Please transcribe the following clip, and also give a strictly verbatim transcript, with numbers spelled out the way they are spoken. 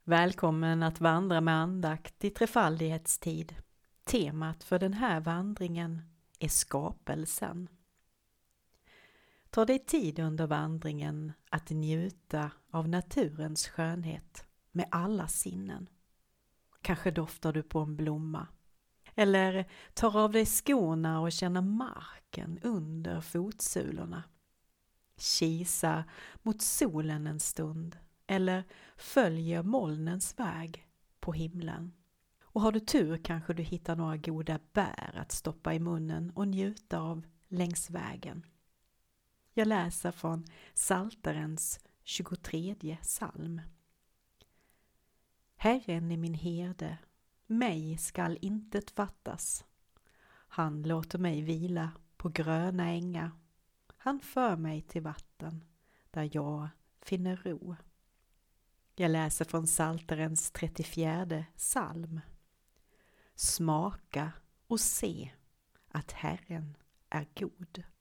Välkommen att vandra med andakt i trefaldighetstid. Temat för den här vandringen är skapelsen. Ta dig tid under vandringen att njuta av naturens skönhet med alla sinnen. Kanske doftar du på en blomma. Eller tar av dig skorna och känner marken under fotsulorna. Kisa mot solen en stund. Eller följer molnens väg på himlen. Och har du tur kanske du hittar några goda bär att stoppa i munnen och njuta av längs vägen. Jag läser från Psaltarens tjugotredje psalm. Herren är min herde, mig skall intet fattas. Han låter mig vila på gröna ängar. Han för mig till vatten där jag finner ro. Jag läser från Psaltarens trettiofjärde psalm. Smaka och se att Herren är god.